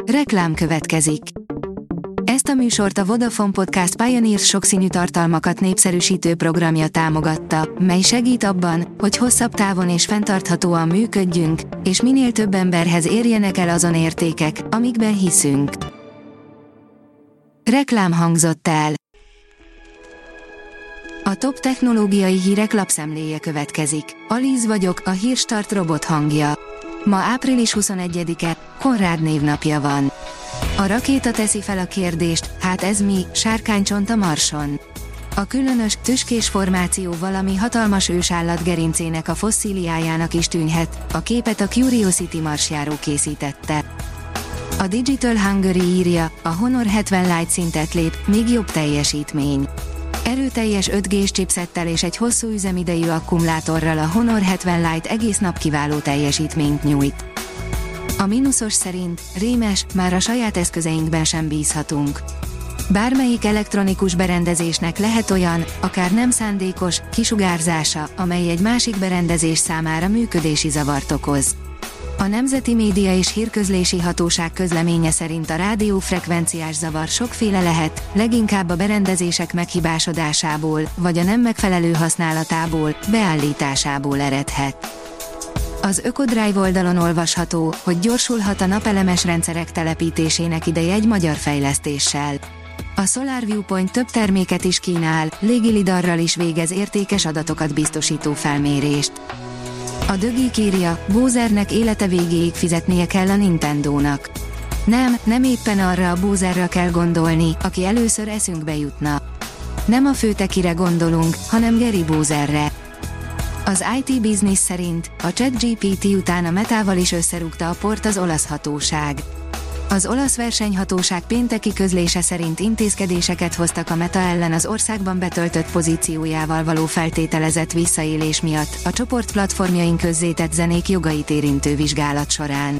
Reklám következik. Ezt a műsort a Vodafone Podcast Pioneers sokszínű tartalmakat népszerűsítő programja támogatta, mely segít abban, hogy hosszabb távon és fenntarthatóan működjünk, és minél több emberhez érjenek el azon értékek, amikben hiszünk. Reklám hangzott el. A top technológiai hírek lapszemléje következik. Alíz vagyok, a Hírstart robot hangja. Ma április 21-e, Konrád névnapja van. A rakéta teszi fel a kérdést, hát ez mi, sárkánycsont a Marson? A különös, tüskés formáció valami hatalmas ősállat gerincének a fosszíliájának is tűnhet, a képet a Curiosity marsjáró készítette. A Digital Hungary írja, a Honor 70 Lite szintet lép, még jobb teljesítmény. Erőteljes 5G-s chipsettel és egy hosszú üzemidejű akkumulátorral a Honor 70 Lite egész nap kiváló teljesítményt nyújt. A mínuszos szerint, rémes, már a saját eszközeinkben sem bízhatunk. Bármelyik elektronikus berendezésnek lehet olyan, akár nem szándékos, kisugárzása, amely egy másik berendezés számára működési zavart okoz. A Nemzeti Média és Hírközlési Hatóság közleménye szerint a rádiófrekvenciás zavar sokféle lehet, leginkább a berendezések meghibásodásából, vagy a nem megfelelő használatából, beállításából eredhet. Az Ökodrive oldalon olvasható, hogy gyorsulhat a napelemes rendszerek telepítésének ideje egy magyar fejlesztéssel. A Solar Viewpoint több terméket is kínál, légilidarral is végez értékes adatokat biztosító felmérést. A The Geek írja, Bowsernek élete végéig fizetnie kell a Nintendónak. Nem éppen arra a Bowserra kell gondolni, aki először eszünkbe jutna. Nem a főtekire gondolunk, hanem Gary Bowserre. Az IT Business szerint a ChatGPT után a Metával is összerúgta a port az olasz hatóság. Az olasz versenyhatóság pénteki közlése szerint intézkedéseket hoztak a Meta ellen az országban betöltött pozíciójával való feltételezett visszaélés miatt, a csoport platformjain közzétett zenék jogait érintő vizsgálat során.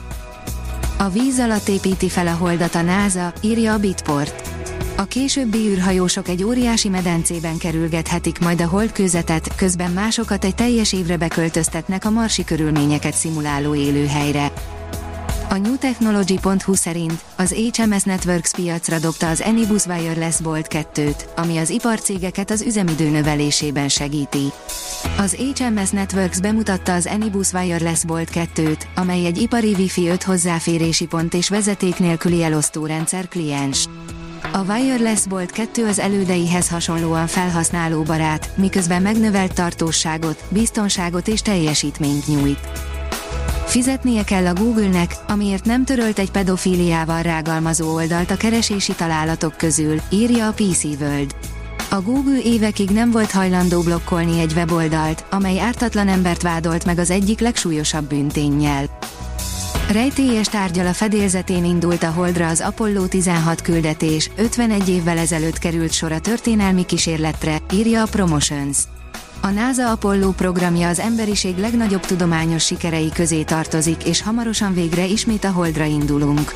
A víz alatt építi fel a holdat a NASA, írja a Bitport. A későbbi űrhajósok egy óriási medencében kerülgethetik majd a holdkőzetet, közben másokat egy teljes évre beköltöztetnek a marsi körülményeket szimuláló élőhelyre. A newtechnology.hu szerint az HMS Networks piacra dobta az Anybus Wireless Bolt 2-t, ami az iparcégeket az üzemidő növelésében segíti. Az HMS Networks bemutatta az Anybus Wireless Bolt 2-t, amely egy ipari Wi-Fi 5 hozzáférési pont és vezeték nélküli elosztórendszer kliens. A Wireless Bolt 2 az elődeihez hasonlóan felhasználóbarát, miközben megnövelt tartósságot, biztonságot és teljesítményt nyújt. Fizetnie kell a Google-nek, amiért nem törölt egy pedofíliával rágalmazó oldalt a keresési találatok közül, írja a PC World. A Google évekig nem volt hajlandó blokkolni egy weboldalt, amely ártatlan embert vádolt meg az egyik legsúlyosabb bűnténnyel. Rejtélyes tárgyal a fedélzetén indult a Holdra az Apollo 16 küldetés, 51 évvel ezelőtt került sor a történelmi kísérletre, írja a Promotions. A NASA Apollo programja az emberiség legnagyobb tudományos sikerei közé tartozik, és hamarosan végre ismét a Holdra indulunk.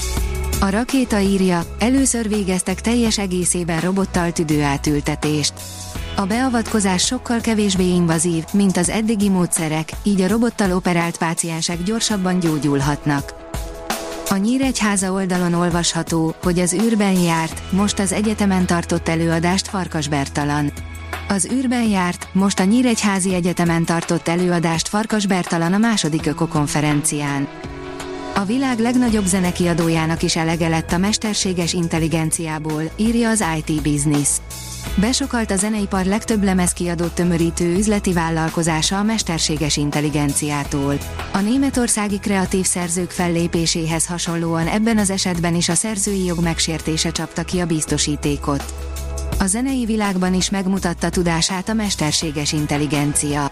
A rakéta írja, először végeztek teljes egészében robottal tüdőátültetést. A beavatkozás sokkal kevésbé invazív, mint az eddigi módszerek, így a robottal operált páciensek gyorsabban gyógyulhatnak. A Nyíregyháza oldalon olvasható, hogy az űrben járt, most az egyetemen tartott előadást Farkas Bertalan. Az űrben járt, most a Nyíregyházi Egyetemen tartott előadást Farkas Bertalan a második ökokonferencián. A világ legnagyobb zenekiadójának is elege lett a mesterséges intelligenciából, írja az IT Business. Besokalt a zeneipar legtöbb lemezkiadót tömörítő üzleti vállalkozása a mesterséges intelligenciától. A németországi kreatív szerzők fellépéséhez hasonlóan ebben az esetben is a szerzői jog megsértése csapta ki a biztosítékot. A zenei világban is megmutatta tudását a mesterséges intelligencia.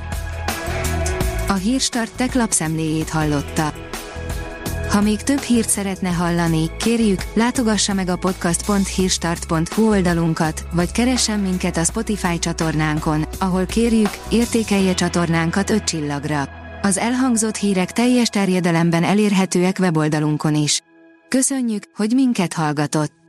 A Hírstart Tech lapszemléjét hallotta. Ha még több hírt szeretne hallani, kérjük, látogassa meg a podcast.hírstart.hu oldalunkat, vagy keressen minket a Spotify csatornánkon, ahol kérjük, értékelje csatornánkat 5 csillagra. Az elhangzott hírek teljes terjedelemben elérhetőek weboldalunkon is. Köszönjük, hogy minket hallgatott!